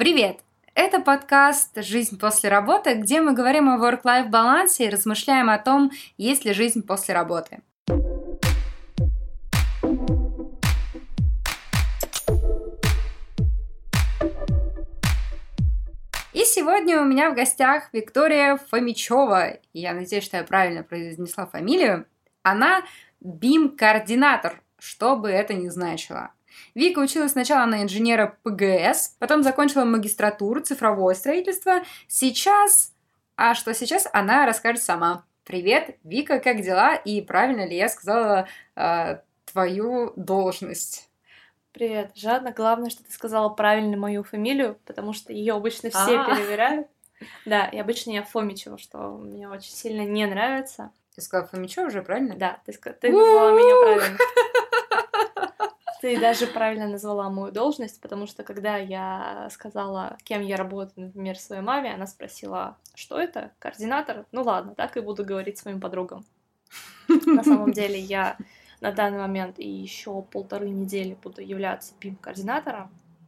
Привет! Это подкаст «Жизнь после работы», где мы говорим о work-life балансе и размышляем о том, есть ли жизнь после работы. И сегодня у меня в гостях Виктория Фомичева. Я надеюсь, что я правильно произнесла фамилию. Она BIM-координатор, что бы это ни значило. Вика училась сначала на инженера ПГС, потом закончила магистратуру, цифровое строительство. Сейчас она расскажет сама. Привет, Вика, как дела? И правильно ли я сказала твою должность? Привет, Жанна. Главное, что ты сказала правильно мою фамилию, потому что ее обычно все перевирают. Да, и обычно я Фомичева, что мне очень сильно не нравится. Ты сказала Фомичева уже, правильно? Да, ты назвала меня правильно. Ты даже правильно назвала мою должность, потому что когда я сказала, кем я работаю, например, своей маме, она спросила, что это? Координатор? Ну ладно, так и буду говорить своим подругам. На самом деле я на данный момент и еще 1.5 недели буду являться BIM-координатором.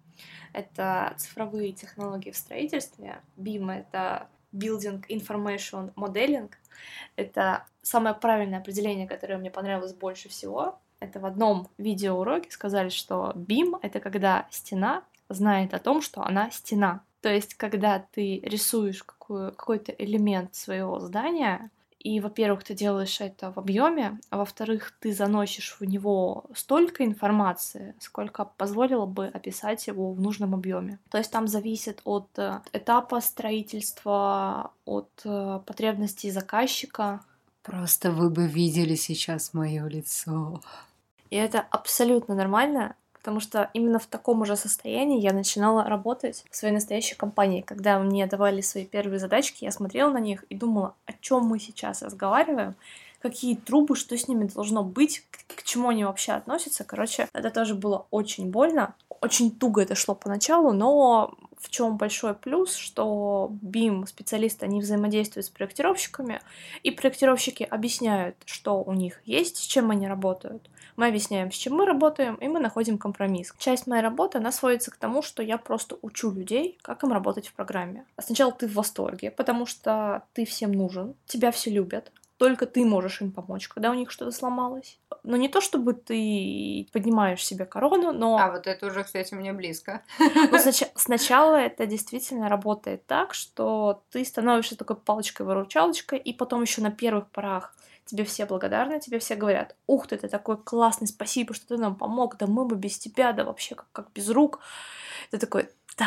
Это цифровые технологии в строительстве. BIM — это Building Information Modeling. Это самое правильное определение, которое мне понравилось больше всего. Это в одном видеоуроке сказали, что BIM — это когда стена знает о том, что она стена. То есть, когда ты рисуешь какой-то элемент своего здания, и, во-первых, ты делаешь это в объеме, а во-вторых, ты заносишь в него столько информации, сколько позволило бы описать его в нужном объеме. То есть там зависит от этапа строительства, от потребностей заказчика. Просто вы бы видели сейчас мое лицо. И это абсолютно нормально, потому что именно в таком же состоянии я начинала работать в своей настоящей компании. Когда мне давали свои первые задачки, я смотрела на них и думала, о чем мы сейчас разговариваем, какие трубы, что с ними должно быть, к чему они вообще относятся. Короче, это тоже было очень больно. Очень туго это шло поначалу, но в чем большой плюс, что BIM-специалисты, они взаимодействуют с проектировщиками, и проектировщики объясняют, что у них есть, с чем они работают. Мы объясняем, с чем мы работаем, и мы находим компромисс. Часть моей работы, она сводится к тому, что я просто учу людей, как им работать в программе. Сначала ты в восторге, потому что ты всем нужен, тебя все любят, только ты можешь им помочь, когда у них что-то сломалось. Но не то, чтобы ты поднимаешь себе корону, но... А вот это уже, кстати, мне близко. Но сначала это действительно работает так, что ты становишься такой палочкой-выручалочкой, и потом еще на первых порах тебе все благодарны, тебе все говорят, ух ты такой классный, спасибо, что ты нам помог, да мы бы без тебя, да вообще как без рук. Ты такой,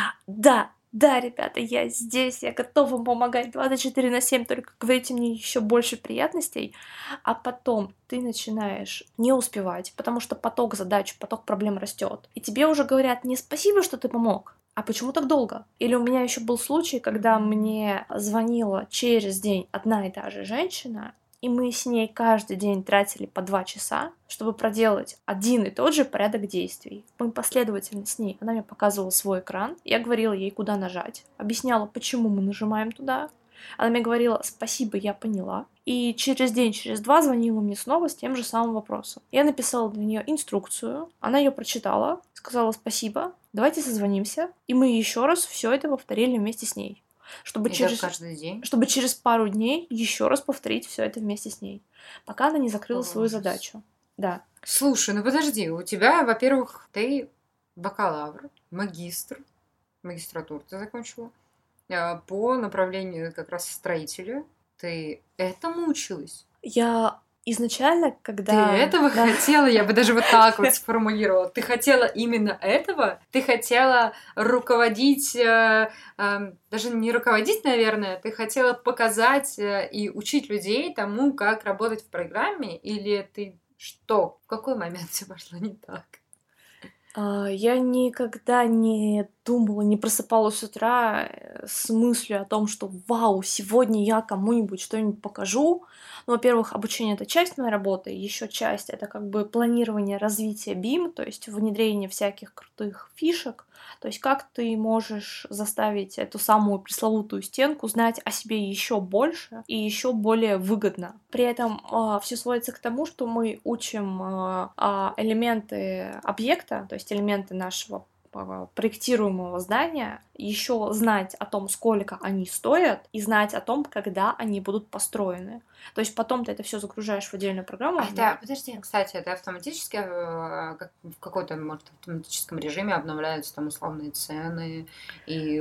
да, ребята, я здесь, я готов вам помогать 24/7, только говорите мне еще больше приятностей. А потом ты начинаешь не успевать, потому что поток задач, поток проблем растет. И тебе уже говорят не спасибо, что ты помог, а почему так долго? Или у меня еще был случай, когда мне звонила через день одна и та же женщина, и мы с ней каждый день тратили по 2 часа, чтобы проделать один и тот же порядок действий. Мы последовательно с ней. Она мне показывала свой экран, я говорила ей, куда нажать, объясняла, почему мы нажимаем туда. Она мне говорила, спасибо, я поняла. И через день, через 2 звонила мне снова с тем же самым вопросом. Я написала для нее инструкцию, она ее прочитала, сказала спасибо, давайте созвонимся. И мы еще раз все это повторили вместе с ней. Чтобы каждый день? Чтобы через пару дней еще раз повторить все это вместе с ней, пока она не закрыла свою задачу. Да. Слушай, ну подожди, у тебя, во-первых, ты бакалавр, магистратуру ты закончила, по направлению как раз строителя. Ты этому училась? Я изначально, когда... Ты этого хотела? Я бы даже вот так вот сформулировала. Ты хотела именно этого? Ты хотела руководить, даже не руководить, наверное, ты хотела показать и учить людей тому, как работать в программе? Или ты что? В какой момент все пошло не так? Я никогда не думала, не просыпалась с утра с мыслью о том, что вау, сегодня я кому-нибудь что-нибудь покажу. Ну, во-первых, обучение — это часть моей работы, еще часть — это как бы планирование развития BIM, то есть внедрение всяких крутых фишек, то есть как ты можешь заставить эту самую пресловутую стенку знать о себе еще больше и еще более выгодно. При этом все сводится к тому, что мы учим элементы объекта, то есть элементы нашего проектируемого здания еще знать о том, сколько они стоят, и знать о том, когда они будут построены. То есть потом ты это все загружаешь в отдельную программу. Подожди, кстати, это автоматически, в какой-то, может, автоматическом режиме обновляются там условные цены и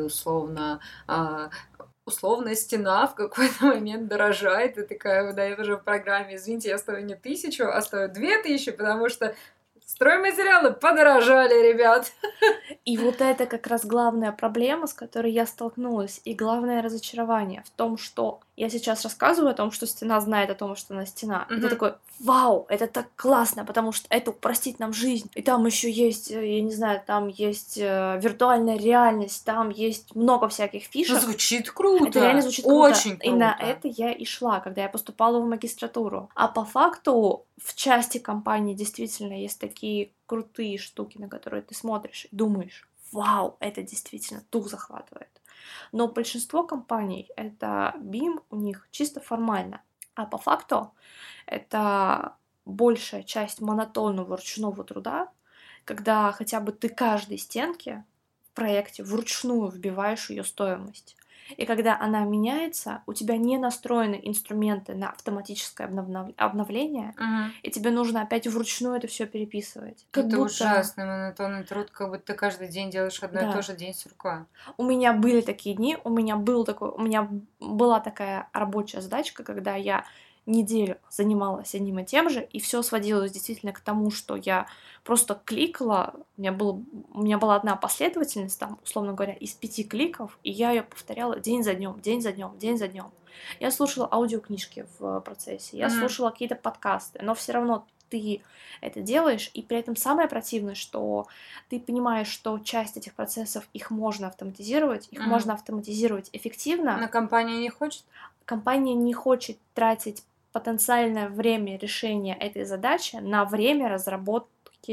условная стена в какой-то момент дорожает, и такая выдаёшь уже в программе: извините, я стою не 1000, а стою 2000, потому что стройматериалы подорожали, ребят. И вот это как раз главная проблема, с которой я столкнулась, и главное разочарование в том, что я сейчас рассказываю о том, что стена знает о том, что она стена. И ты такой: вау, это так классно, потому что это упростит нам жизнь. И там еще есть, я не знаю, там есть виртуальная реальность, там есть много всяких фишек. Звучит круто. Это реально звучит круто. Очень круто. И на это я и шла, когда я поступала в магистратуру. А по факту в части компании действительно есть такие крутые штуки, на которые ты смотришь и думаешь: вау, это действительно дух захватывает. Но большинство компаний — это BIM у них чисто формально. А по факту это большая часть монотонного ручного труда, когда хотя бы ты каждой стенке в проекте вручную вбиваешь ее стоимость. И когда она меняется, у тебя не настроены инструменты на автоматическое обновление, и тебе нужно опять вручную это все переписывать. Это ужасный монотонный труд, как будто ты каждый день делаешь одно и то же день сурка. У меня были такие дни, у меня была такая рабочая задачка, когда я неделю занималась одним и тем же, и все сводилось действительно к тому, что я просто кликала, у меня была одна последовательность, там, условно говоря, из 5 кликов, и я ее повторяла день за днем, день за днем, день за днем. Я слушала аудиокнижки в процессе, я слушала какие-то подкасты, но все равно ты это делаешь, и при этом самое противное, что ты понимаешь, что часть этих процессов, их можно автоматизировать, их можно автоматизировать эффективно. Но компания не хочет? Компания не хочет тратить потенциальное время решения этой задачи на время разработки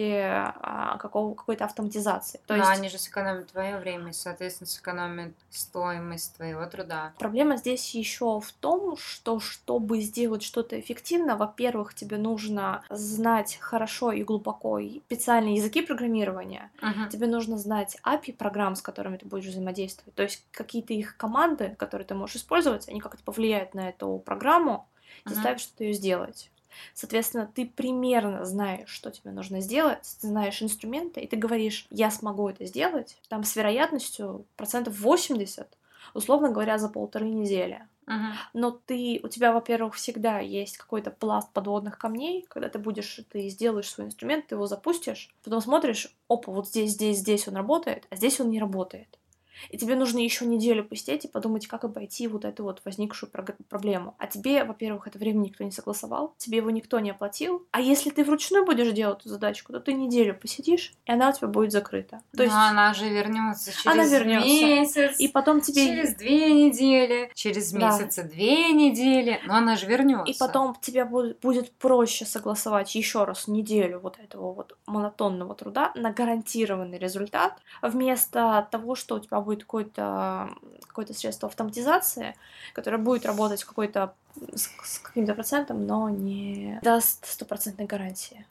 какой-то автоматизации. То есть... они же сэкономят твое время, и, соответственно, сэкономят стоимость твоего труда. Проблема здесь еще в том, что чтобы сделать что-то эффективно, во-первых, тебе нужно знать хорошо и глубоко специальные языки программирования, тебе нужно знать API программ, с которыми ты будешь взаимодействовать, то есть какие-то их команды, которые ты можешь использовать, они как-то повлияют на эту программу, заставят что-то ее сделать. Соответственно, ты примерно знаешь, что тебе нужно сделать, ты знаешь инструменты, и ты говоришь: я смогу это сделать, там с вероятностью 80%, условно говоря, за 1,5 недели. Но у тебя, во-первых, всегда есть какой-то пласт подводных камней, когда ты сделаешь свой инструмент, ты его запустишь, потом смотришь: опа, вот здесь он работает, а здесь он не работает. И тебе нужно еще неделю посидеть и подумать, как обойти вот эту вот возникшую проблему. А тебе, во-первых, это время никто не согласовал, тебе его никто не оплатил. А если ты вручную будешь делать эту задачку, то ты неделю посидишь, и она у тебя будет закрыта. То есть... она же вернется через месяц. И потом тебе... Через 2 недели. Через месяца 2 недели. Но она же вернется. И потом тебе будет проще согласовать еще раз неделю вот этого вот монотонного труда на гарантированный результат, вместо того, что у тебя будет какое-то средство автоматизации, которое будет работать с каким-то процентом, но не даст 100% гарантии.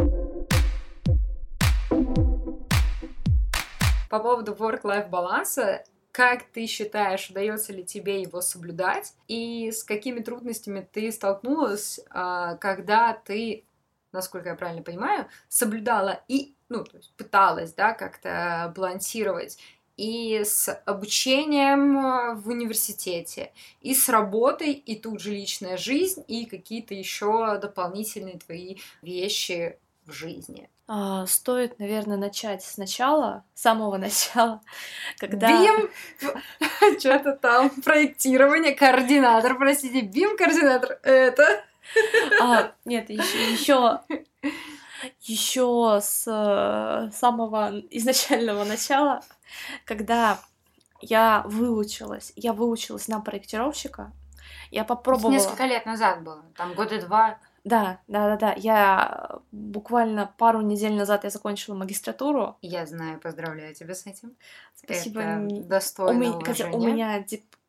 По поводу work-life баланса, как ты считаешь, удается ли тебе его соблюдать, и с какими трудностями ты столкнулась, когда ты, насколько я правильно понимаю, соблюдала то есть пыталась, как-то балансировать и с обучением в университете, и с работой, и тут же личная жизнь, и какие-то еще дополнительные твои вещи в жизни? Стоит, наверное, начать сначала, с самого начала, когда... BIM, что-то там, проектирование, координатор, простите, BIM-координатор, это... Нет, еще с самого изначального начала, когда я выучилась на проектировщика, я попробовала... Несколько лет назад было, там 2 года. Да. Я буквально пару недель назад я закончила магистратуру. Я знаю, поздравляю тебя с этим. Спасибо. Это достойно уважения. У меня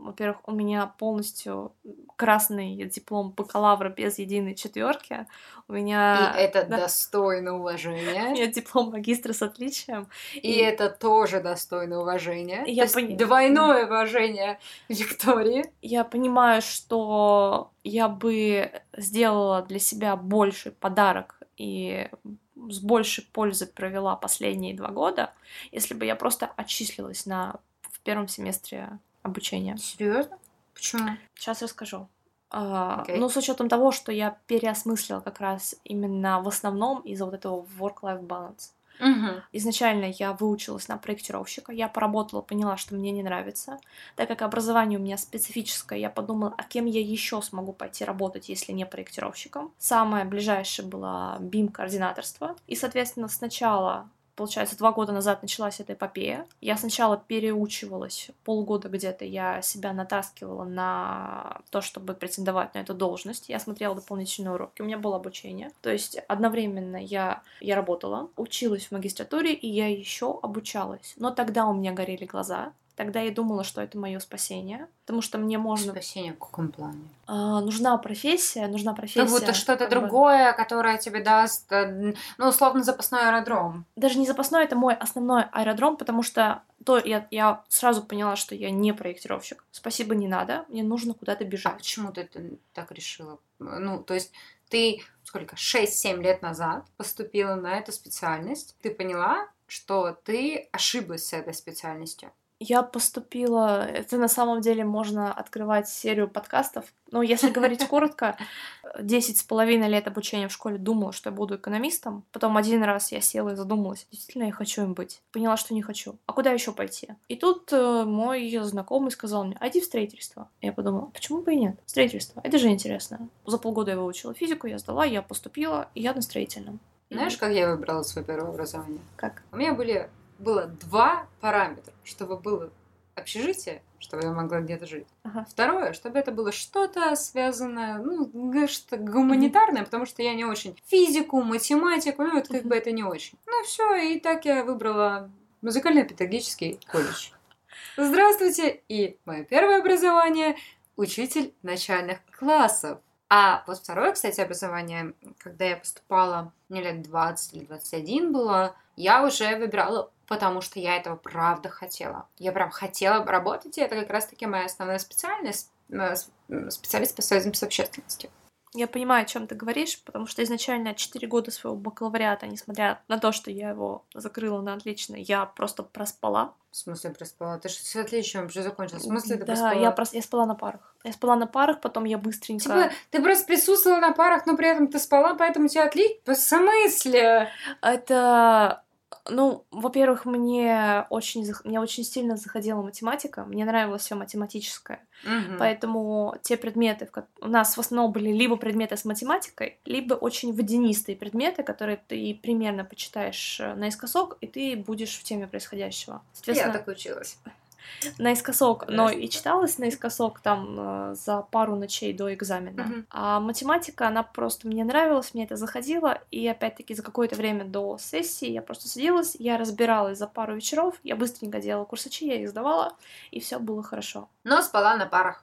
Во-первых, у меня полностью красный диплом бакалавра без единой четверки. У И меня, это да, достойно у уважения. меня диплом магистра с отличием. И это тоже достойно уважения. И То есть двойное уважение Виктории. я понимаю, что я бы сделала для себя больший подарок и с большей пользой провела последние 2 года, если бы я просто отчислилась в первом семестре обучения. Серьезно? Почему? Сейчас расскажу. Окей. Ну, с учетом того, что я переосмыслила как раз именно в основном из-за вот этого work-life balance. Мгм. Изначально я выучилась на проектировщика, я поработала, поняла, что мне не нравится. Так как образование у меня специфическое, я подумала, а кем я еще смогу пойти работать, если не проектировщиком. Самое ближайшее было BIM-координаторство. И, соответственно, сначала, получается, 2 года назад началась эта эпопея. Я сначала переучивалась, полгода где-то я себя натаскивала на то, чтобы претендовать на эту должность. Я смотрела дополнительные уроки, у меня было обучение. То есть одновременно я работала, училась в магистратуре, и я еще обучалась. Но тогда у меня горели глаза. Тогда я думала, что это мое спасение, потому что мне можно... Спасение в каком плане? Нужна профессия. Как будто что-то как бы... другое, которое тебе даст, ну, условно, запасной аэродром. Даже не запасной, это мой основной аэродром, потому что я сразу поняла, что я не проектировщик. Спасибо, не надо, мне нужно куда-то А бежать. почему ты это так решила? Ну, то есть ты, 6-7 лет назад поступила на эту специальность, ты поняла, что ты ошиблась с этой специальностью. Я поступила... Это на самом деле можно открывать серию подкастов. Но если говорить коротко, 10,5 лет обучения в школе думала, что я буду экономистом. Потом один раз я села и задумалась, действительно я хочу им быть. Поняла, что не хочу. А куда еще пойти? И тут мой знакомый сказал мне, иди в строительство. Я подумала, почему бы и нет? Строительство, это же интересно. За полгода я выучила физику, я сдала, я поступила, и я на строительном. Знаешь, как я выбрала свое первое образование? Как? У меня было 2 параметра, чтобы было общежитие, чтобы я могла где-то жить. Ага. Второе, чтобы это было что-то связанное, что гуманитарное, потому что я не очень физику, математику, это как бы это не очень. Ну все, и так я выбрала музыкально-педагогический колледж. Здравствуйте! И мое первое образование — учитель начальных классов. А вот второе, кстати, образование, когда я поступала, мне лет 20 или 21 было, я уже выбирала, потому что я этого правда хотела. Я прям хотела работать, и это как раз-таки моя основная специальность, специалист по связям с общественностью. Я понимаю, о чем ты говоришь, потому что изначально 4 года своего бакалавриата, несмотря на то, что я его закрыла на отлично, я просто проспала. В смысле проспала? Ты же с отличием вообще закончила. В смысле ты Да, проспала? я спала на парах. Я спала на парах, потом я быстренько... Типа, ты просто присутствовала на парах, но при этом ты спала, поэтому тебя отлить? В смысле? Это... Ну, во-первых, мне очень сильно заходила математика, мне нравилось все математическое, поэтому те предметы, у нас в основном были либо предметы с математикой, либо очень водянистые предметы, которые ты примерно почитаешь наискосок, и ты будешь в теме происходящего. Я так училась. Наискосок, но и читалась наискосок там за пару ночей до экзамена. А математика, она просто мне нравилась, мне это заходило, и опять-таки за какое-то время до сессии я просто садилась, я разбиралась за пару вечеров, я быстренько делала курсачи, я их сдавала, и все было хорошо. Но спала на парах.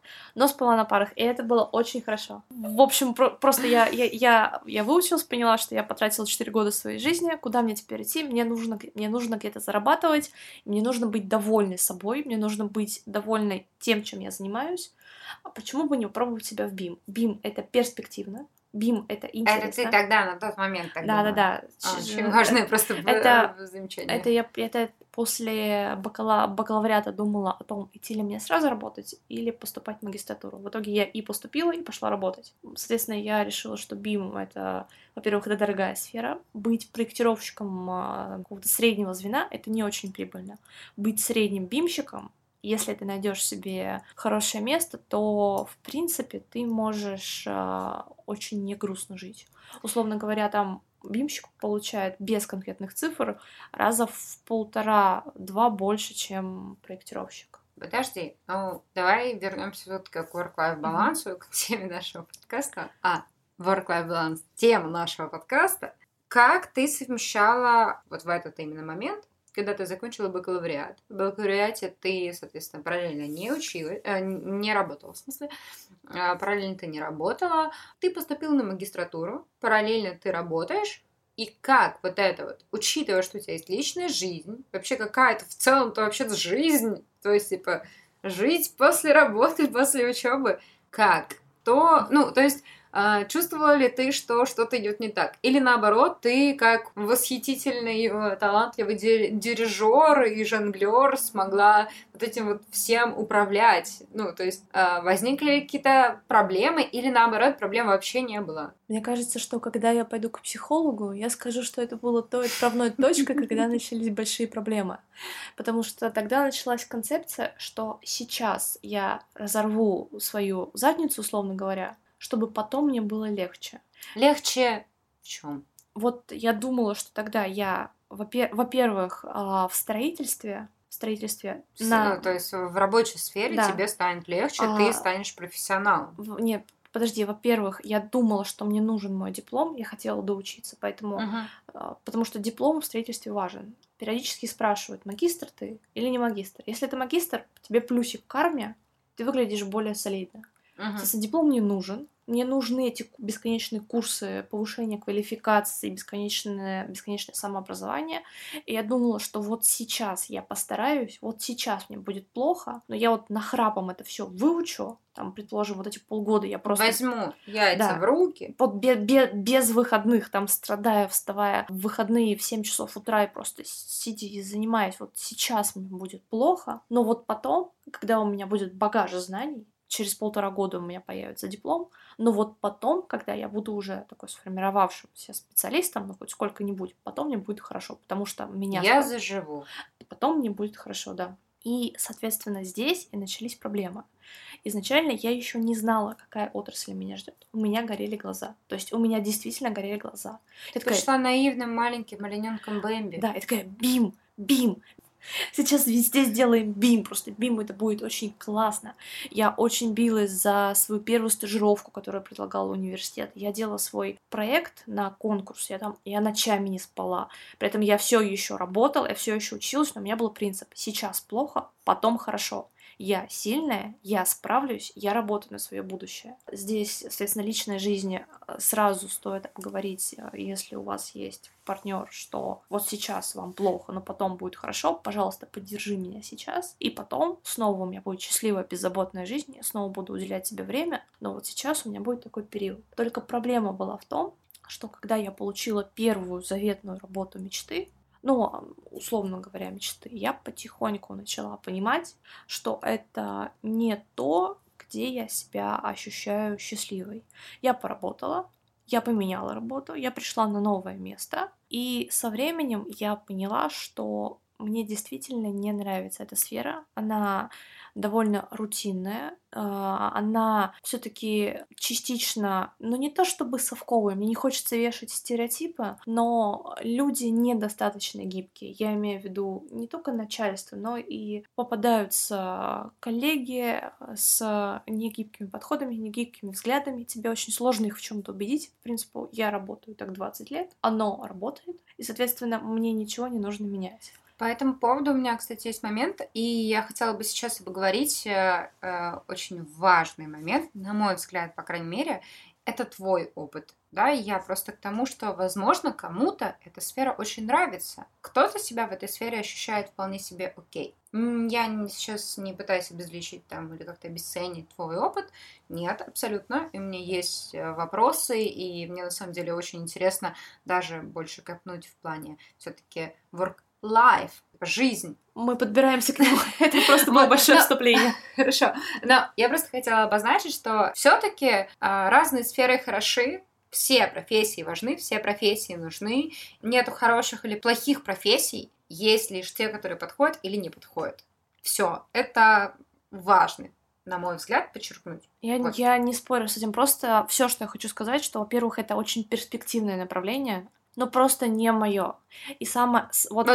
И это было очень хорошо. В общем, просто я выучилась, поняла, что я потратила 4 года своей жизни, куда мне теперь идти, мне нужно где-то зарабатывать, мне нужно быть довольной собой, мне нужно быть довольной тем, чем я занимаюсь. А почему бы не попробовать себя в BIM? BIM — это перспективно, BIM — это интересно. Это ты тогда, на тот момент так думала? Да. Очень важное просто замечание. Это после бакалавриата думала о том, идти ли мне сразу работать или поступать в магистратуру. В итоге я и поступила, и пошла работать. Соответственно, я решила, что BIM — это, во-первых, это дорогая сфера. Быть проектировщиком какого-то среднего звена — это не очень прибыльно. Быть средним бимщиком, если ты найдешь себе хорошее место, то, в принципе, ты можешь очень не грустно жить. Условно говоря, там бимщик получает без конкретных цифр раза в 1,5-2 больше, чем проектировщик. Подожди, давай вернемся все-таки к work-life балансу, к теме нашего подкаста. Work-life баланс, тема нашего подкаста. Как ты совмещала вот в этот именно момент когда ты закончила бакалавриат. В бакалавриате ты, соответственно, параллельно не училась, не работала, в смысле, параллельно ты не работала, ты поступила на магистратуру, параллельно ты работаешь, и как вот это вот, учитывая, что у тебя есть личная жизнь, вообще какая-то в целом-то вообще-то жизнь, то есть, типа, жить после работы, после учебы, как? То есть, чувствовала ли ты, что что-то идет не так? Или наоборот, ты как восхитительный, талантливый дирижер и жонглер смогла вот этим вот всем управлять? То есть, возникли ли какие-то проблемы или наоборот, проблем вообще не было? Мне кажется, что когда я пойду к психологу, я скажу, что это было той отправной точкой, когда начались большие проблемы. Потому что тогда началась концепция, что сейчас я разорву свою задницу, условно говоря, чтобы потом мне было легче. Легче в чем? Вот я думала, что тогда я, во-первых, в строительстве То есть в рабочей сфере Да. тебе станет легче, ты станешь профессионалом. Нет, подожди, во-первых, я думала, что мне нужен мой диплом, я хотела доучиться, поэтому, потому что диплом в строительстве важен. Периодически спрашивают, магистр ты или не магистр. Если ты магистр, тебе плюсик в карме, ты выглядишь более солидно. Соответственно, диплом не нужен. Мне нужны эти бесконечные курсы повышения квалификации, бесконечное самообразование. И я думала, что вот сейчас я постараюсь, вот сейчас мне будет плохо, но я вот нахрапом это все выучу, там, предположим, вот эти полгода я просто... Возьму яйца в руки. Вот без выходных, там, страдая, вставая в выходные в 7 часов утра и просто сидя и занимаясь. Вот сейчас мне будет плохо, но вот потом, когда у меня будет багаж знаний, через 1,5 года у меня появится диплом, но вот потом, когда я буду уже такой сформировавшимся специалистом, ну, хоть сколько-нибудь, потом мне будет хорошо, потому что меня... Я заживу. Потом мне будет хорошо, да. И, соответственно, здесь и начались проблемы. Изначально я еще не знала, какая отрасль меня ждет. У меня горели глаза. То есть у меня действительно горели глаза. Ты шла наивным маленьким олененком Бэмби. Да, я такая, бим. Сейчас везде сделаем бим, просто бим, это будет очень классно. Я очень билась за свою первую стажировку, которую предлагал университет. Я делала свой проект на конкурс, я ночами не спала. При этом я все еще работала, я все еще училась, но у меня был принцип: сейчас плохо, потом хорошо. Я сильная, я справлюсь, я работаю на свое будущее. Здесь, соответственно, личной жизни сразу стоит обговорить, если у вас есть партнер, что вот сейчас вам плохо, но потом будет хорошо, пожалуйста, поддержи меня сейчас, и потом снова у меня будет счастливая, беззаботная жизнь, я снова буду уделять себе время, но вот сейчас у меня будет такой период. Только проблема была в том, что когда я получила первую заветную работу мечты, условно говоря, мечты, я потихоньку начала понимать, что это не то, где я себя ощущаю счастливой. Я поработала, я поменяла работу, я пришла на новое место, и со временем я поняла, что мне действительно не нравится эта сфера. Она довольно рутинная, она все-таки частично, не то чтобы совковая, мне не хочется вешать стереотипы, но люди недостаточно гибкие. Я имею в виду не только начальство, но и попадаются коллеги с негибкими подходами, негибкими взглядами. Тебе очень сложно их в чем-то убедить. В принципе, я работаю так 20 лет, оно работает, и, соответственно, мне ничего не нужно менять. По этому поводу у меня, кстати, есть момент, и я хотела бы сейчас обговорить очень важный момент, на мой взгляд, по крайней мере, это твой опыт. Да, и я просто к тому, что, возможно, кому-то эта сфера очень нравится. Кто-то себя в этой сфере ощущает вполне себе окей. Я сейчас не пытаюсь обезличить там или как-то обесценить твой опыт. Нет, абсолютно. И у меня есть вопросы, и мне на самом деле очень интересно даже больше копнуть в плане все-таки work-life, жизнь. Мы подбираемся к нему. Это просто было большое вступление. Хорошо. Но я просто хотела обозначить, что все-таки разные сферы хороши, все профессии важны, все профессии нужны. Нету хороших или плохих профессий, есть лишь те, которые подходят или не подходят. Все, это важно, на мой взгляд, подчеркнуть. Я не спорю с этим. Просто все, что я хочу сказать, что, во-первых, это очень перспективное направление, но просто не мое. И самое...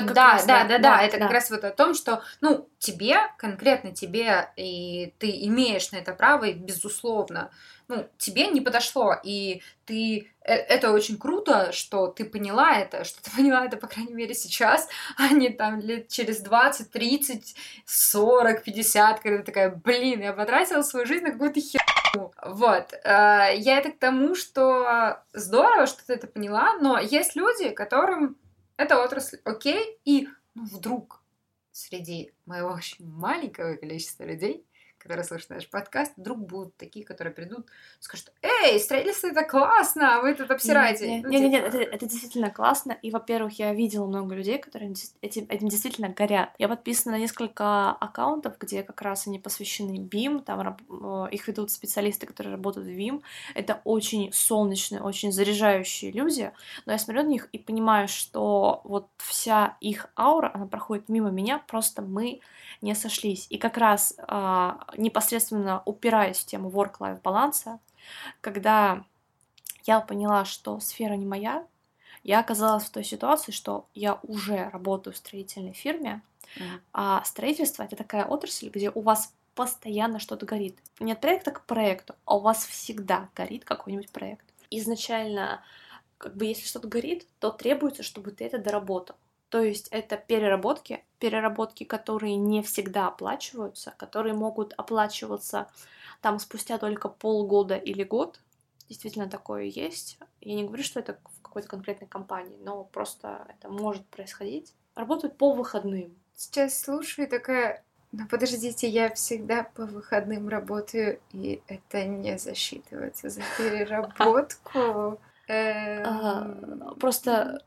Это как раз вот о том, что, тебе, конкретно тебе, и ты имеешь на это право, и безусловно, тебе не подошло, и ты это очень круто, что ты поняла это, что ты поняла это, по крайней мере, сейчас, а не там лет через 20, 30, 40, 50, когда ты такая, блин, я потратила свою жизнь на какую-то херню. Вот. Я это к тому, что здорово, что ты это поняла, но есть люди, которым эта отрасль окей, и вдруг среди моего очень маленького количества людей, которые слушают наш подкаст, вдруг будут такие, которые придут и скажут: «Эй, строительство — это классно, вы тут обсираете». Нет, это действительно классно. И, во-первых, я видела много людей, которые этим действительно горят. Я подписана на несколько аккаунтов, где как раз они посвящены BIM, там их ведут специалисты, которые работают в BIM. Это очень солнечные, очень заряжающие люди. Но я смотрю на них и понимаю, что вот вся их аура, она проходит мимо меня, просто мы не сошлись. И как раз непосредственно упираясь в тему work-life баланса, когда я поняла, что сфера не моя, я оказалась в той ситуации, что я уже работаю в строительной фирме, а строительство — это такая отрасль, где у вас постоянно что-то горит. Не от проекта к проекту, а у вас всегда горит какой-нибудь проект. Изначально, если что-то горит, то требуется, чтобы ты это доработал. То есть это переработки, которые не всегда оплачиваются, которые могут оплачиваться там спустя только полгода или год. Действительно такое есть. Я не говорю, что это в какой-то конкретной компании, но просто это может происходить. Работают по выходным. Сейчас слушаю и такая: ну подождите, я всегда по выходным работаю, и это не засчитывается за переработку. Просто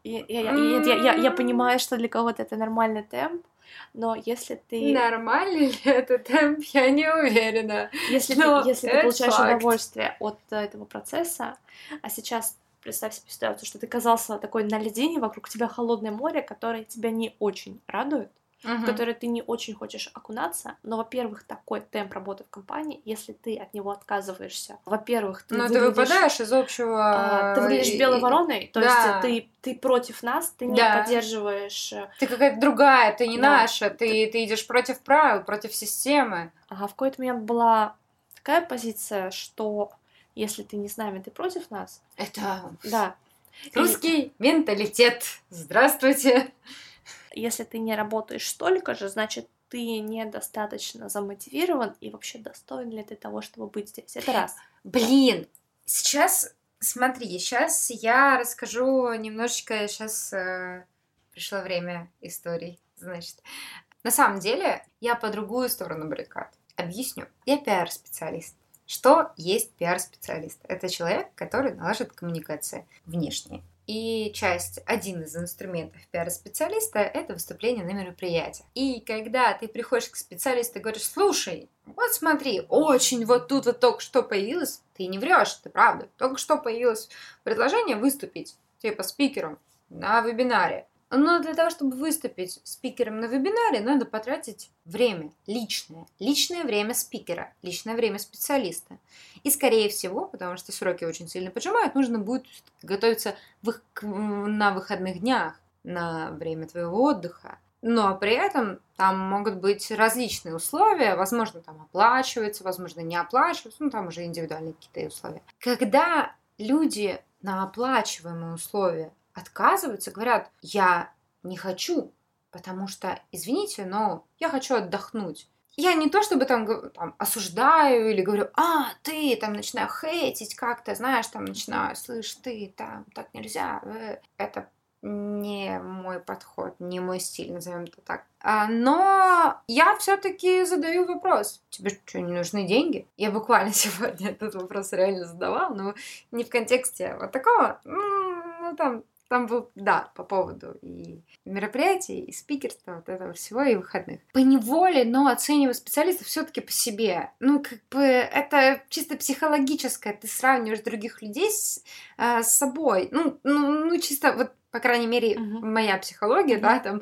я понимаю, что для кого-то это нормальный темп, но если ты... Нормальный ли это темп, я не уверена. Если ты получаешь удовольствие от этого процесса, а сейчас представь себе ситуацию, что ты оказался такой на льдине, вокруг тебя холодное море, которое тебя не очень радует, в которое ты не очень хочешь окунаться, но, во-первых, такой темп работы в компании, если ты от него отказываешься, во-первых, ты выпадаешь из общего... Ты выглядишь белой вороной, то есть ты против нас, ты не поддерживаешь... Ты какая-то другая, ты не наша, ты идешь против правил, против системы. В какой-то момент была такая позиция, что если ты не с нами, ты против нас. Это... Да. Русский менталитет. Здравствуйте. Если ты не работаешь столько же, значит, ты недостаточно замотивирован, и вообще достоин ли ты того, чтобы быть здесь. Это раз. Блин, сейчас, смотри, сейчас я расскажу немножечко, пришло время историй, значит. На самом деле, я по другую сторону баррикад. Объясню. Я пиар-специалист. Что есть пиар-специалист? Это человек, который налаживает коммуникации внешние. И один из инструментов пиар-специалиста — это выступление на мероприятии. И когда ты приходишь к специалисту и говоришь: слушай, вот смотри, очень вот тут вот только что появилось, ты не врешь, это правда, только что появилось предложение выступить, типа спикером на вебинаре. Но для того, чтобы выступить спикером на вебинаре, надо потратить время личное время спикера, личное время специалиста. И, скорее всего, потому что сроки очень сильно поджимают, нужно будет готовиться на выходных днях, на время твоего отдыха. Но при этом там могут быть различные условия, возможно, там оплачивается, возможно, не оплачивается, там уже индивидуальные какие-то условия. Когда люди на оплачиваемые условия отказываются, говорят: я не хочу, потому что, извините, но я хочу отдохнуть. Я не то чтобы там осуждаю или говорю: ты там начинаю хейтить как-то, знаешь, там начинаю: слышь, ты там так нельзя. Это не мой подход, не мой стиль, назовем это так. Но я все-таки задаю вопрос: тебе что, не нужны деньги? Я буквально сегодня этот вопрос реально задавала, но не в контексте вот такого. Там был, по поводу и мероприятий, и спикерства, вот этого всего, и выходных. Поневоле, но оцениваю специалистов все-таки по себе. Это чисто психологическое. Ты сравниваешь других людей с собой. Чисто вот, по крайней мере, моя психология,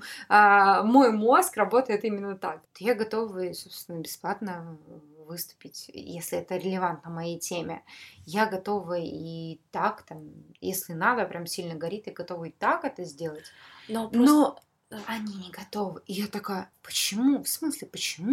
мой мозг работает именно так. Я готова, собственно, бесплатно выступить, если это релевантно моей теме. Я готова и так, если надо, прям сильно горит, я готова и так это сделать. Но они не готовы. И я такая: почему? В смысле, почему?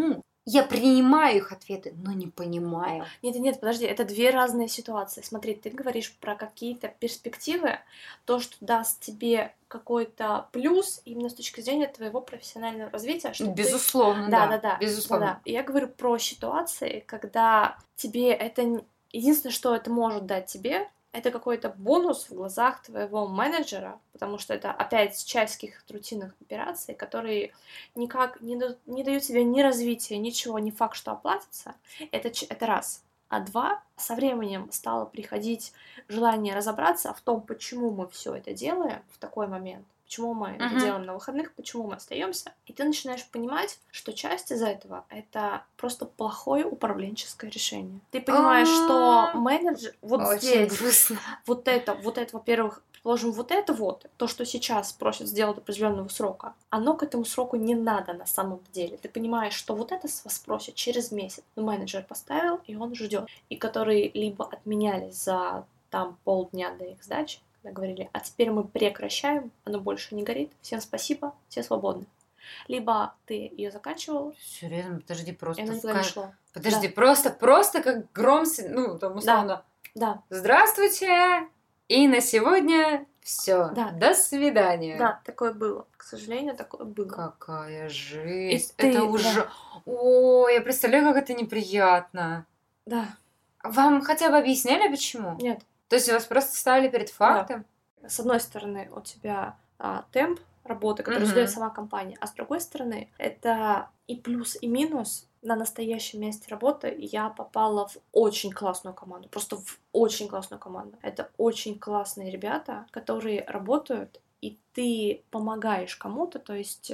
Я принимаю их ответы, но не понимаю. Нет, подожди, это две разные ситуации. Смотри, ты говоришь про какие-то перспективы, то, что даст тебе какой-то плюс именно с точки зрения твоего профессионального развития. Что Безусловно, да. Безусловно. Да. Я говорю про ситуации, когда тебе это... Единственное, что это может дать тебе, это какой-то бонус в глазах твоего менеджера, потому что это опять часть каких-то рутинных операций, которые никак не дают тебе ни развития, ничего, не факт, что оплатится. Это раз. А два, со временем стало приходить желание разобраться в том, почему мы все это делаем в такой момент, почему мы это делаем на выходных, почему мы остаемся. И ты начинаешь понимать, что часть из этого — это просто плохое управленческое решение. Ты понимаешь, что менеджер вот Очень здесь, грустно. вот это, во-первых, предположим, вот это вот, то, что сейчас просят сделать до определенного срока, оно к этому сроку не надо на самом деле. Ты понимаешь, что вот это с вас просят через месяц. Но менеджер поставил, и он ждет. И которые либо отменялись за там полдня до их сдачи, говорили, а теперь мы прекращаем, оно больше не горит, всем спасибо, все свободны. Либо ты ее заканчивал. Серьезно, подожди, просто. И она никуда не шла. Подожди, просто как гром, ну, там, условно. Да. Здравствуйте! И на сегодня все. Да. До свидания. Да, такое было. К сожалению, такое было. Какая жесть. И это уже... О, я представляю, как это неприятно. Да. Вам хотя бы объясняли, почему? Нет. То есть вас просто ставили перед фактом? Да. С одной стороны, у тебя темп работы, который задает сама компания, а с другой стороны, это и плюс, и минус. На настоящем месте работы я попала в очень классную команду, просто в очень классную команду. Это очень классные ребята, которые работают, и ты помогаешь кому-то, то есть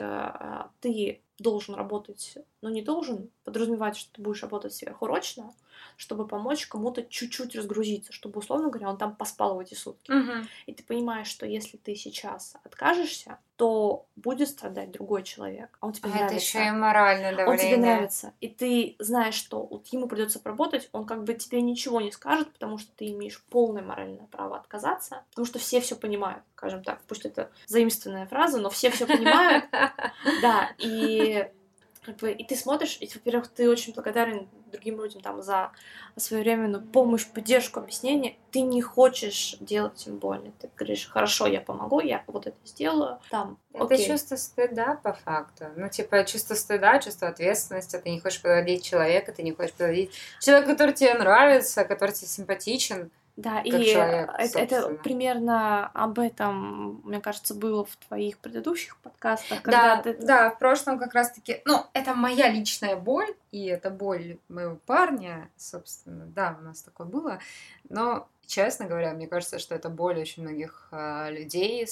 ты должен работать, но не должен подразумевать, что ты будешь работать сверхурочно, чтобы помочь кому-то чуть-чуть разгрузиться, чтобы, условно говоря, он там поспал в эти сутки. И ты понимаешь, что если ты сейчас откажешься, то будет страдать другой человек. А он тебе нравится. Это еще и моральное давление. Он тебе нравится. И ты знаешь, что вот ему придется поработать, он как бы тебе ничего не скажет, потому что ты имеешь полное моральное право отказаться, потому что все понимают, скажем так. Пусть это заимствованная фраза, но все понимают. Да, и как бы, и ты смотришь, и, во-первых, ты очень благодарен другим людям там за своевременную помощь, поддержку, объяснение. Ты не хочешь делать им больно. Ты говоришь, хорошо, я помогу, я вот это сделаю. Там, это чувство стыда, по факту. Ну, типа, чувство стыда, чувство ответственности. Ты не хочешь подводить человека, ты не хочешь подводить человека, который тебе нравится, который тебе симпатичен. Да, и человек, это примерно об этом, мне кажется, было в твоих предыдущих подкастах. Когда да, в прошлом как раз-таки... Ну, это моя личная боль, и это боль моего парня, собственно. Да, у нас такое было. Но, честно говоря, мне кажется, что это боль очень многих людей,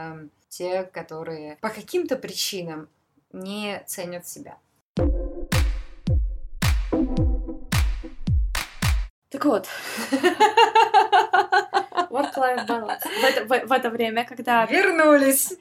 те, которые по каким-то причинам не ценят себя. Так вот, work-life balance. В это время, когда... Вернулись!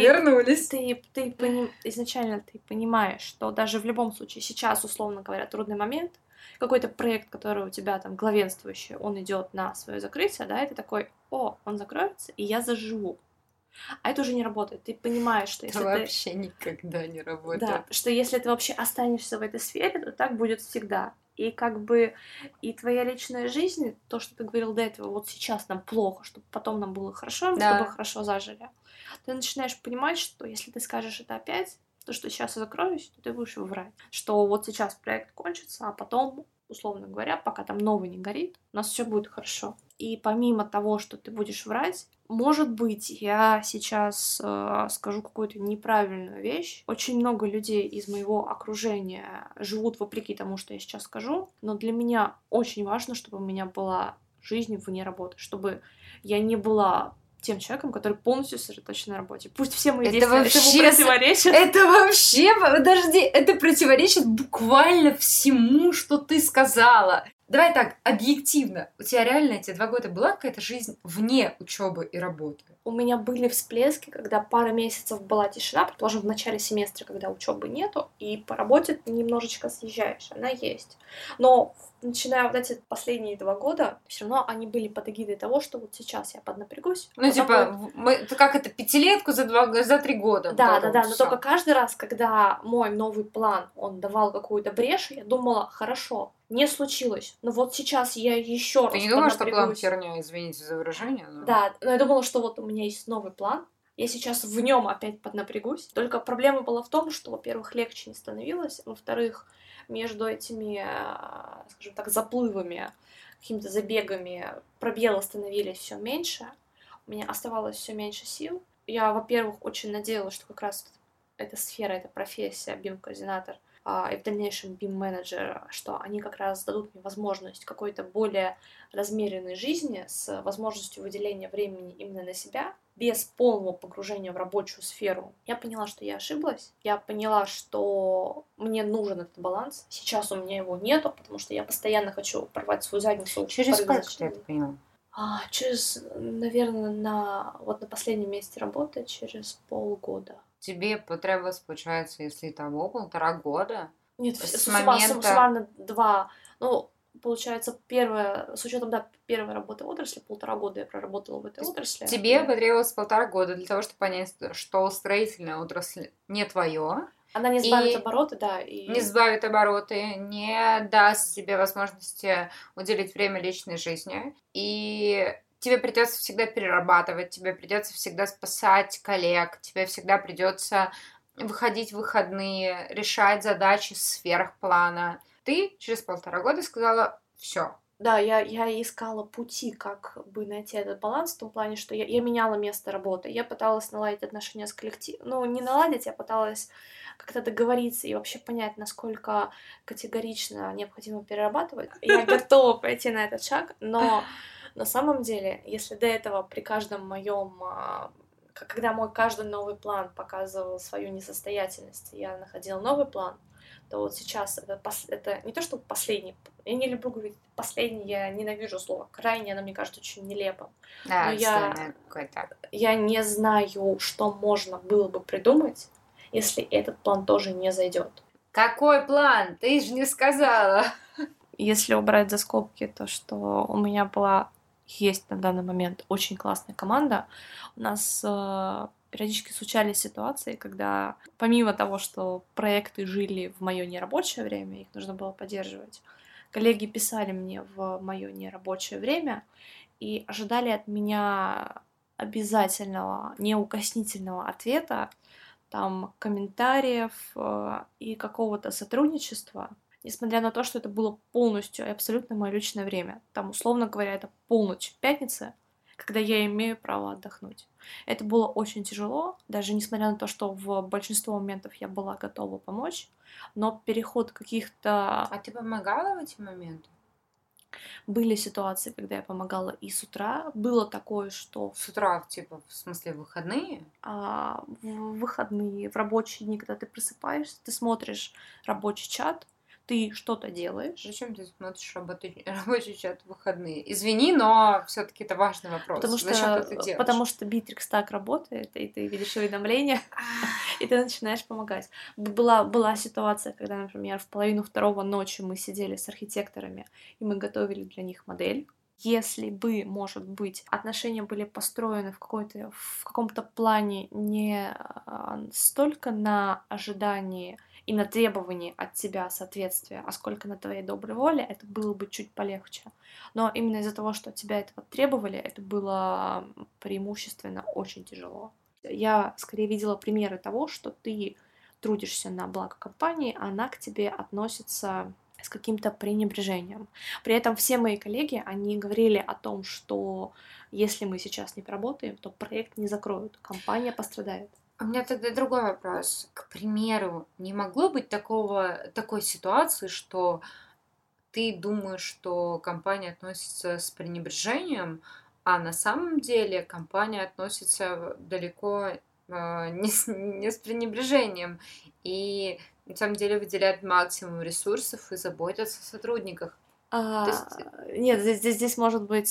Изначально ты понимаешь, что даже в любом случае сейчас, условно говоря, трудный момент, какой-то проект, который у тебя там главенствующий, он идет на свое закрытие, да, и ты такой, он закроется, и я заживу. А это уже не работает. Ты понимаешь, что если это вообще никогда не работает. Да, что если ты вообще останешься в этой сфере, то так будет всегда. И как бы и твоя личная жизнь, то, что ты говорил до этого, вот сейчас нам плохо, чтобы потом нам было хорошо, чтобы хорошо зажили. Ты начинаешь понимать, что если ты скажешь это опять, то, что сейчас я закроюсь, то ты будешь врать. Что вот сейчас проект кончится, а потом, условно говоря, пока там новый не горит, у нас все будет хорошо. И помимо того, что ты будешь врать, может быть, я сейчас скажу какую-то неправильную вещь. Очень много людей из моего окружения живут вопреки тому, что я сейчас скажу, но для меня очень важно, чтобы у меня была жизнь вне работы, чтобы я не была тем человеком, который полностью сосредоточен на работе. Пусть все мои действия этому противоречат. Это вообще, подожди, это противоречит буквально всему, что ты сказала. Давай так, объективно, у тебя реально эти 2 года была какая-то жизнь вне учебы и работы? У меня были всплески, когда пара месяцев была тишина, предположим, в начале семестра, когда учебы нету, и по работе ты немножечко съезжаешь, она есть. Но начиная вот эти последние 2 года, все равно они были под эгидой того, что вот сейчас я поднапрягусь. Ну, типа, это как это, 5-летку за 3 года? Да, вот да, это да, вот но всё. только каждый раз, когда мой новый план, он давал какую-то брешь, я думала, хорошо, не случилось, но вот сейчас я еще Ты раз не думаешь, что план поднапрягусь. херня, извините за выражение? Но... Да, но я думала, что вот у меня есть новый план, я сейчас в нем опять поднапрягусь. Только проблема была в том, что, во-первых, легче не становилось, во-вторых, между этими, скажем так, заплывами, какими-то забегами пробелы становились все меньше, у меня оставалось все меньше сил. Я, во-первых, очень надеялась, что как раз эта сфера, эта профессия, BIM-координатор, и в дальнейшем BIM-менеджер, что они как раз дадут мне возможность какой-то более размеренной жизни с возможностью выделения времени именно на себя, без полного погружения в рабочую сферу. Я поняла, что я ошиблась. Я поняла, что мне нужен этот баланс. Сейчас у меня его нету, потому что я постоянно хочу порвать свою задницу. Через сколько ты это поняла? Через, наверное, вот на последнем месте работы, через полгода. Тебе потребовалось, получается, если того, 1,5 года? Нет, с момента... суммарно 2. Ну, получается, первое, с учетом, да, первой работы в отрасли, 1,5 года я проработала в этой отрасли. Тебе потребовалось 1,5 года для того, чтобы понять, что строительная отрасль не твое. Она не сбавит обороты, да. И... Не сбавит обороты, не даст тебе возможности уделить время личной жизни. И тебе придется всегда перерабатывать, тебе придется всегда спасать коллег, тебе всегда придется выходить в выходные, решать задачи сверх плана. Ты через 1,5 года сказала: все. Да, я искала пути, как бы найти этот баланс, в том плане, что я меняла место работы. Я пыталась наладить отношения с коллективом. Ну, не наладить, я пыталась как-то договориться и вообще понять, насколько категорично необходимо перерабатывать. Я готова пойти на этот шаг, но на самом деле, если до этого при каждом моем, когда мой каждый новый план показывал свою несостоятельность, я находила новый план, то вот сейчас это не то, что последний, я не люблю говорить последний, я ненавижу слово крайний, оно мне кажется очень нелепым. Да, но какой-то. Я не знаю, что можно было бы придумать, если этот план тоже не зайдет. Какой план? Ты же не сказала. Если убрать за скобки то, что у меня есть на данный момент очень классная команда, у нас периодически случались ситуации, когда помимо того, что проекты жили в мое нерабочее время, их нужно было поддерживать, коллеги писали мне в мое нерабочее время и ожидали от меня обязательного, неукоснительного ответа, там, комментариев и какого-то сотрудничества, несмотря на то, что это было полностью и абсолютно мое личное время. Там, условно говоря, это полночь пятницы, когда я имею право отдохнуть. Это было очень тяжело, даже несмотря на то, что в большинство моментов я была готова помочь, но переход каких-то... А ты помогала в эти моменты? Были ситуации, когда я помогала и с утра. Было такое, что... С утра, типа, в смысле, в выходные? В выходные, в рабочие дни, когда ты просыпаешься, ты смотришь рабочий чат, ты что-то делаешь. Зачем ты смотришь рабочий чат в выходные? Извини, но все-таки это важный вопрос. Зачем ты это делаешь? Потому что Битрикс так работает, и ты видишь уведомления, и ты начинаешь помогать. Была ситуация, когда, например, в 1:30 ночи мы сидели с архитекторами, и мы готовили для них модель. Если бы, может быть, отношения были построены в каком-то плане не столько на ожидании и на требовании от тебя соответствия, а сколько на твоей доброй воле, это было бы чуть полегче. Но именно из-за того, что от тебя этого требовали, это было преимущественно очень тяжело. Я скорее видела примеры того, что ты трудишься на благо компании, а она к тебе относится с каким-то пренебрежением. При этом все мои коллеги, они говорили о том, что если мы сейчас не поработаем, то проект не закроют, компания пострадает. У меня тогда другой вопрос. К примеру, не могло быть такой ситуации, что ты думаешь, что компания относится с пренебрежением, а на самом деле компания относится далеко не с пренебрежением, и на самом деле выделяет максимум ресурсов и заботится о сотрудниках. То есть... Нет, здесь может быть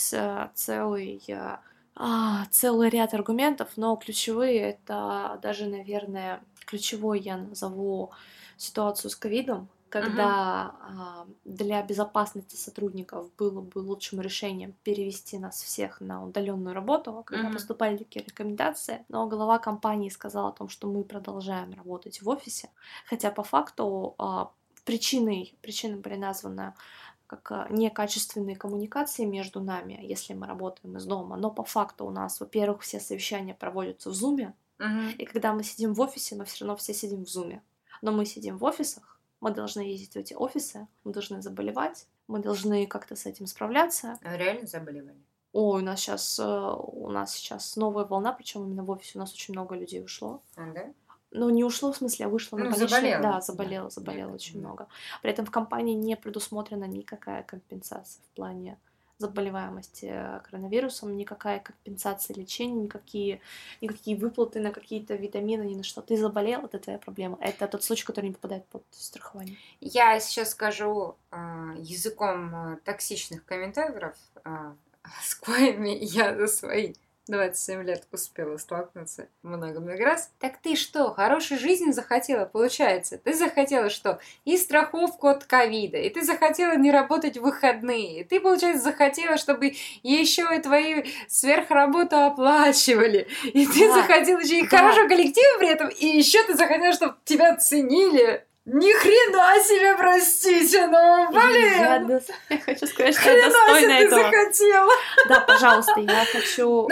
целый ряд аргументов, но ключевые это даже, наверное, ключевой я назову ситуацию с ковидом, когда для безопасности сотрудников было бы лучшим решением перевести нас всех на удаленную работу, когда поступали такие рекомендации, но глава компании сказал о том, что мы продолжаем работать в офисе, хотя по факту причиной были названы как некачественные коммуникации между нами, если мы работаем из дома. Но по факту у нас, во-первых, все совещания проводятся в Zoom, и когда мы сидим в офисе, мы все равно все сидим в Zoom. Но мы сидим в офисах, мы должны ездить в эти офисы, мы должны заболевать, мы должны как-то с этим справляться. Реально заболевали? Ой, у нас сейчас новая волна, причем именно в офисе у нас очень много людей ушло. Да? Ну, не ушло, в смысле, а вышло на больничный. Заболело. Да, заболело очень много. При этом в компании не предусмотрена никакая компенсация в плане заболеваемости коронавирусом, никакая компенсация лечения, никакие выплаты на какие-то витамины, ни на что. Ты заболел, это твоя проблема. Это тот случай, который не попадает под страхование. Я сейчас скажу языком токсичных комментаторов, с коими я за свои 27 лет успела столкнуться много-много раз. Так ты что, хорошей жизни захотела, получается? Ты захотела что? И страховку от ковида, и ты захотела не работать в выходные, и ты, получается, захотела, чтобы еще и твою сверхработу оплачивали, и ты захотела еще и хорошего коллектива при этом, и еще ты захотела, чтобы тебя ценили. Ни хрена себе, простите, но, блин! Я хочу сказать, что я достойна этого. Ты захотела. Да, пожалуйста, я хочу...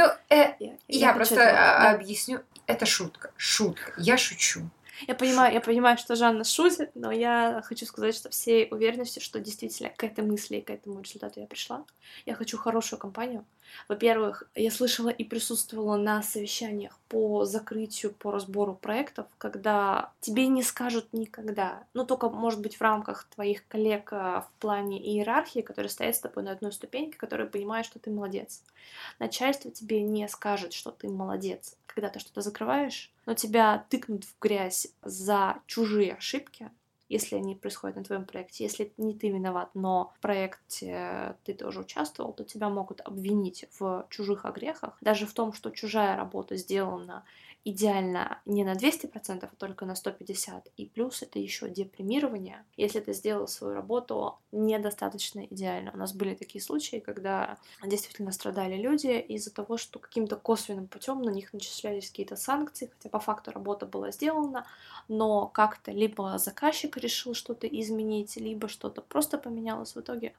Я просто объясню. Это шутка. Я шучу. Я понимаю, что Жанна шутит, но я хочу сказать, что всей уверенностью, что действительно к этой мысли и к этому результату я пришла. Я хочу хорошую компанию. Во-первых, я слышала и присутствовала на совещаниях по закрытию, по разбору проектов, когда тебе не скажут никогда, только, может быть, в рамках твоих коллег в плане иерархии, которые стоят с тобой на одной ступеньке, которые понимают, что ты молодец. Начальство тебе не скажет, что ты молодец, когда ты что-то закрываешь, но тебя тыкнут в грязь за чужие ошибки, если они происходят на твоем проекте. Если не ты виноват, но в проекте ты тоже участвовал, то тебя могут обвинить в чужих огрехах. Даже в том, что чужая работа сделана идеально не на 200%, а только на 150%. И плюс это еще депримирование, если ты сделал свою работу недостаточно идеально. У нас были такие случаи, когда действительно страдали люди из-за того, что каким-то косвенным путем на них начислялись какие-то санкции, хотя по факту работа была сделана, но как-то либо заказчик решил что-то изменить, либо что-то просто поменялось. В итоге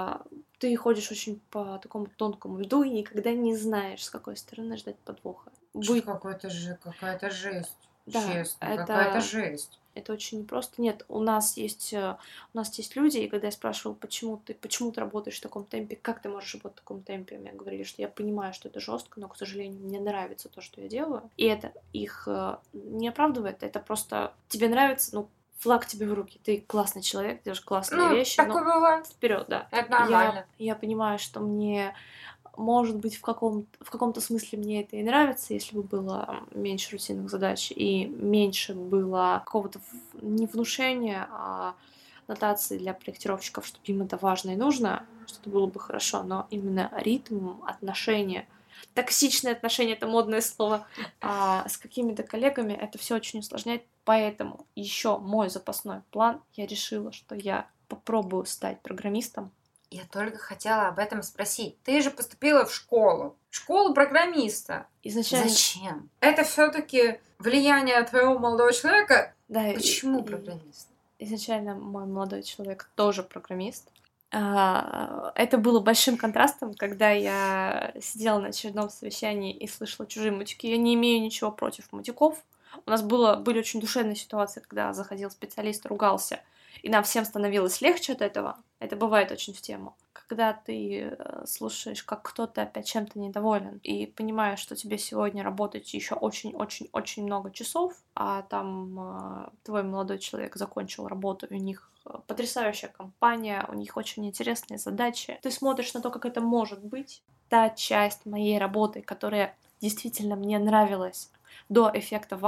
ты ходишь очень по такому тонкому льду и никогда не знаешь, с какой стороны ждать подвоха. Какая-то жесть. Да, честно, какая-то жесть. Это очень непросто. Нет, у нас есть люди, и когда я спрашивала, почему ты работаешь в таком темпе, как ты можешь работать в таком темпе, мне говорили, что я понимаю, что это жестко, но, к сожалению, мне нравится то, что я делаю. И это их не оправдывает, это просто тебе нравится, флаг тебе в руки, ты классный человек, делаешь классные вещи. Такое бывает. Вперед, да. Это нормально. Я понимаю, что мне, может быть, в каком-то смысле мне это и нравится, если бы было меньше рутинных задач и меньше было какого-то не внушения, а нотации для проектировщиков, что им это важно и нужно, что это было бы хорошо, но именно ритм, отношения, токсичные отношения — это модное слово, с какими-то коллегами это все очень усложняет, поэтому еще мой запасной план, я решила, что я попробую стать программистом. Я только хотела об этом спросить. Ты же поступила в школу программиста. Изначально... Зачем? Это все-таки влияние твоего молодого человека? Да. Почему программист? Изначально мой молодой человек тоже программист. Это было большим контрастом, когда я сидела на очередном совещании и слышала чужие матюки. Я не имею ничего против матюков. У нас были очень душевные ситуации, когда заходил специалист, ругался, и нам всем становилось легче от этого. Это бывает очень в тему. Когда ты слушаешь, как кто-то опять чем-то недоволен, и понимаешь, что тебе сегодня работать еще очень-очень-очень много часов, а там твой молодой человек закончил работу, и у них потрясающая компания, у них очень интересные задачи. Ты смотришь на то, как это может быть. Та часть моей работы, которая действительно мне нравилась до эффекта вау,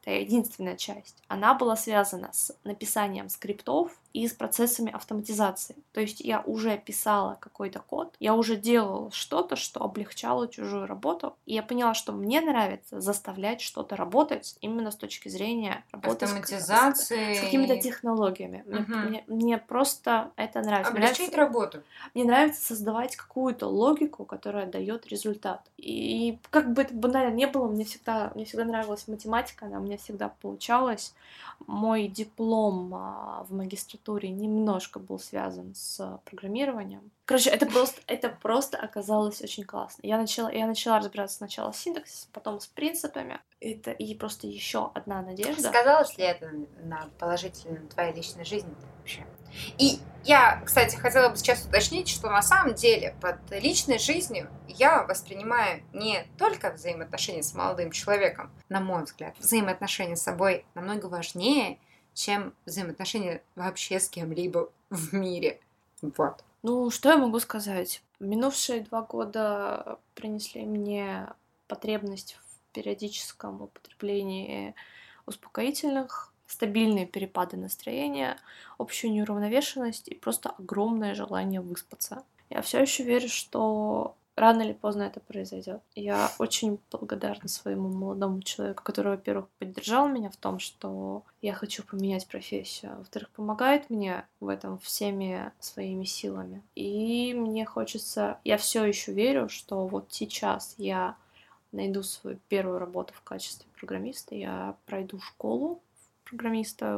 это единственная часть, она была связана с написанием скриптов и с процессами автоматизации. То есть я уже писала какой-то код, я уже делала что-то, что облегчало чужую работу, и я поняла, что мне нравится заставлять что-то работать именно с точки зрения работы автоматизации с какими-то технологиями. Мне просто это нравится. Облегчить работу. Мне нравится создавать какую-то логику, которая дает результат. И как бы это банально не было, мне всегда нравилась математика, она у меня всегда получалась. Мой диплом в магистратуре немножко был связан с программированием. Короче, это просто оказалось очень классно. Я начала разбираться сначала с синтаксисом, потом с принципами. Это и просто еще одна надежда. Сказалось ли это положительно на твоей личной жизни вообще? И я, кстати, хотела бы сейчас уточнить, что на самом деле под личной жизнью я воспринимаю не только взаимоотношения с молодым человеком, на мой взгляд. Взаимоотношения с собой намного важнее, чем взаимоотношения вообще с кем-либо в мире. Вот. Ну, что я могу сказать? Минувшие 2 года принесли мне потребность в периодическом употреблении успокоительных, стабильные перепады настроения, общую неуравновешенность и просто огромное желание выспаться. Я все еще верю, что рано или поздно это произойдет. Я очень благодарна своему молодому человеку, который, во-первых, поддержал меня в том, что я хочу поменять профессию, а во-вторых, помогает мне в этом всеми своими силами. И мне хочется... Я все еще верю, что вот сейчас я найду свою первую работу в качестве программиста, я пройду школу программиста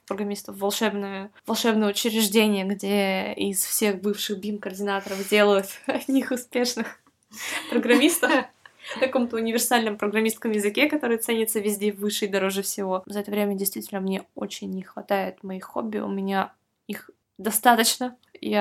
в волшебное учреждение, где из всех бывших BIM-координаторов делают одних успешных программистов в каком-то универсальном программистском языке, который ценится везде выше и дороже всего. За это время действительно мне очень не хватает моих хобби, у меня их достаточно.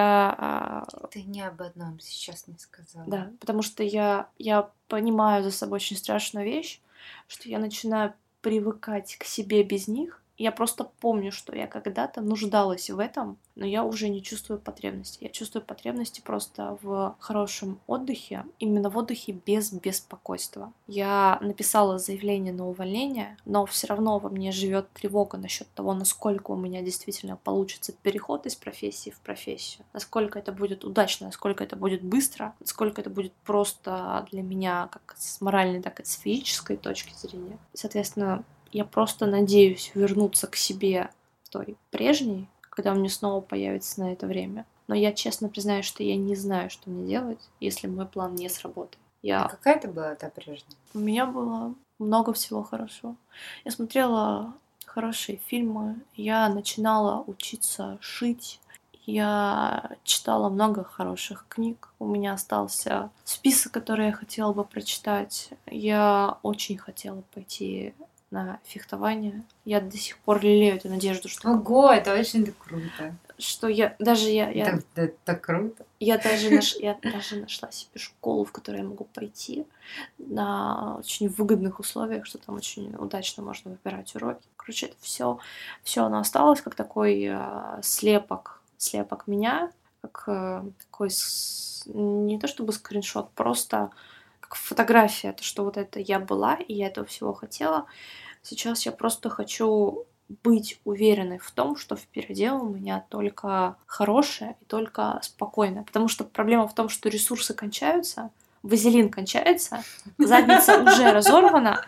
Ты ни об одном сейчас не сказала. Да, потому что я понимаю за собой очень страшную вещь, что я начинаю привыкать к себе без них. Я просто помню, что я когда-то нуждалась в этом, но я уже не чувствую потребности. Я чувствую потребности просто в хорошем отдыхе, именно в отдыхе без беспокойства. Я написала заявление на увольнение, но все равно во мне живет тревога насчет того, насколько у меня действительно получится переход из профессии в профессию, насколько это будет удачно, насколько это будет быстро, насколько это будет просто для меня как с моральной, так и с физической точки зрения. Соответственно, я просто надеюсь вернуться к себе той прежней, когда у меня снова появится на это время. Но я честно признаюсь, что я не знаю, что мне делать, если мой план не сработает. А какая это была та прежняя? У меня было много всего хорошего. Я смотрела хорошие фильмы, я начинала учиться шить, я читала много хороших книг. У меня остался список, который я хотела бы прочитать. Я очень хотела пойти на фехтование. Я до сих пор лелею эту надежду, что... Ого, это очень круто. Что я... Это круто. Я даже нашла себе школу, в которую я могу пойти на очень выгодных условиях, что там очень удачно можно выбирать уроки. Короче, это все оно осталось как такой слепок меня, как такой не то чтобы скриншот, просто как фотография, то, что вот это я была, и я этого всего хотела. Сейчас я просто хочу быть уверенной в том, что впереди у меня только хорошее и только спокойное. Потому что проблема в том, что ресурсы кончаются, вазелин кончается, задница уже разорвана,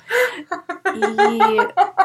и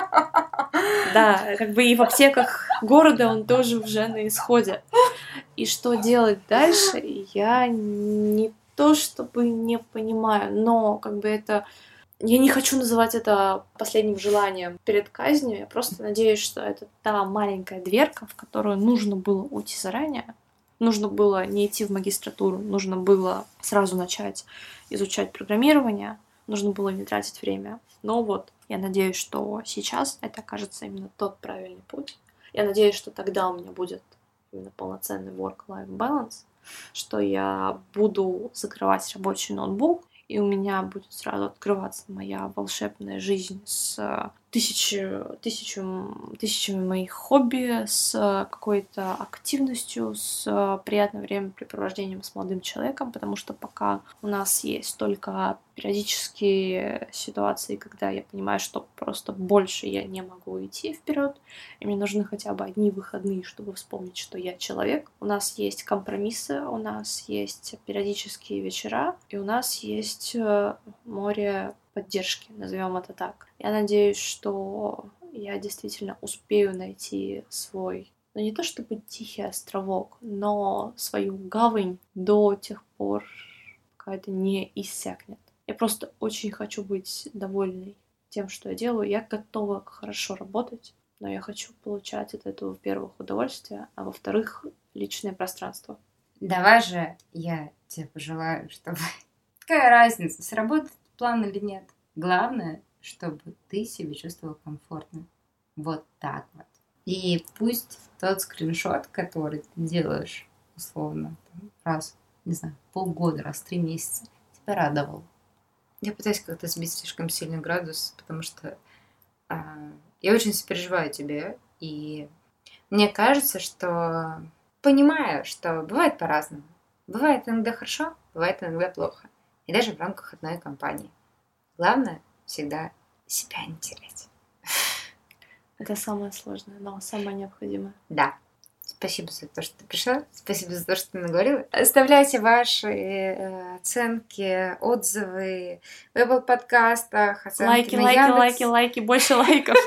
да, как бы и в аптеках города он тоже уже на исходе. И что делать дальше, я не то чтобы не понимаю, но как бы это... Я не хочу называть это последним желанием перед казнью, я просто надеюсь, что это та маленькая дверка, в которую нужно было уйти заранее, нужно было не идти в магистратуру, нужно было сразу начать изучать программирование, нужно было не тратить время. Но вот, я надеюсь, что сейчас это окажется именно тот правильный путь. Я надеюсь, что тогда у меня будет именно полноценный work-life balance, что я буду закрывать рабочий ноутбук, и у меня будет сразу открываться моя волшебная жизнь с тысячами моих хобби, с какой-то активностью, с приятным времяпрепровождением с молодым человеком, потому что пока у нас есть только периодические ситуации, когда я понимаю, что просто больше я не могу идти вперед, и мне нужны хотя бы одни выходные, чтобы вспомнить, что я человек. У нас есть компромиссы, у нас есть периодические вечера, и у нас есть море поддержки, назовем это так. Я надеюсь, что я действительно успею найти свой, ну не то чтобы тихий островок, но свою гавань до тех пор, пока это не иссякнет. Я просто очень хочу быть довольной тем, что я делаю. Я готова хорошо работать, но я хочу получать от этого, во-первых, удовольствие, а во-вторых, личное пространство. Давай же я тебе пожелаю, чтобы... Какая разница, сработает план или нет? Главное, чтобы ты себя чувствовал комфортно. Вот так вот. И пусть тот скриншот, который ты делаешь, условно, раз, не знаю, полгода, раз в 3 месяца, тебя радовал. Я пытаюсь как-то сбить слишком сильный градус, потому что я очень сопереживаю тебе, и мне кажется, что понимаю, что бывает по-разному. Бывает иногда хорошо, бывает иногда плохо. И даже в рамках одной компании. Главное всегда себя не терять. Это самое сложное, но самое необходимое. Да. Спасибо за то, что ты пришла. Спасибо за то, что ты наговорила. Оставляйте ваши оценки, отзывы в Apple подкастах, оценки лайки, больше лайков.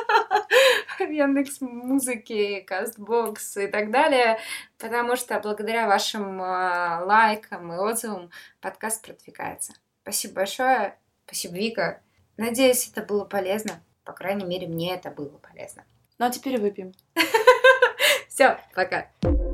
В Яндекс.Музыке, Кастбокс и так далее, потому что благодаря вашим лайкам и отзывам подкаст продвигается. Спасибо большое. Спасибо, Вика. Надеюсь, это было полезно. По крайней мере, мне это было полезно. Ну а теперь выпьем. Все, пока.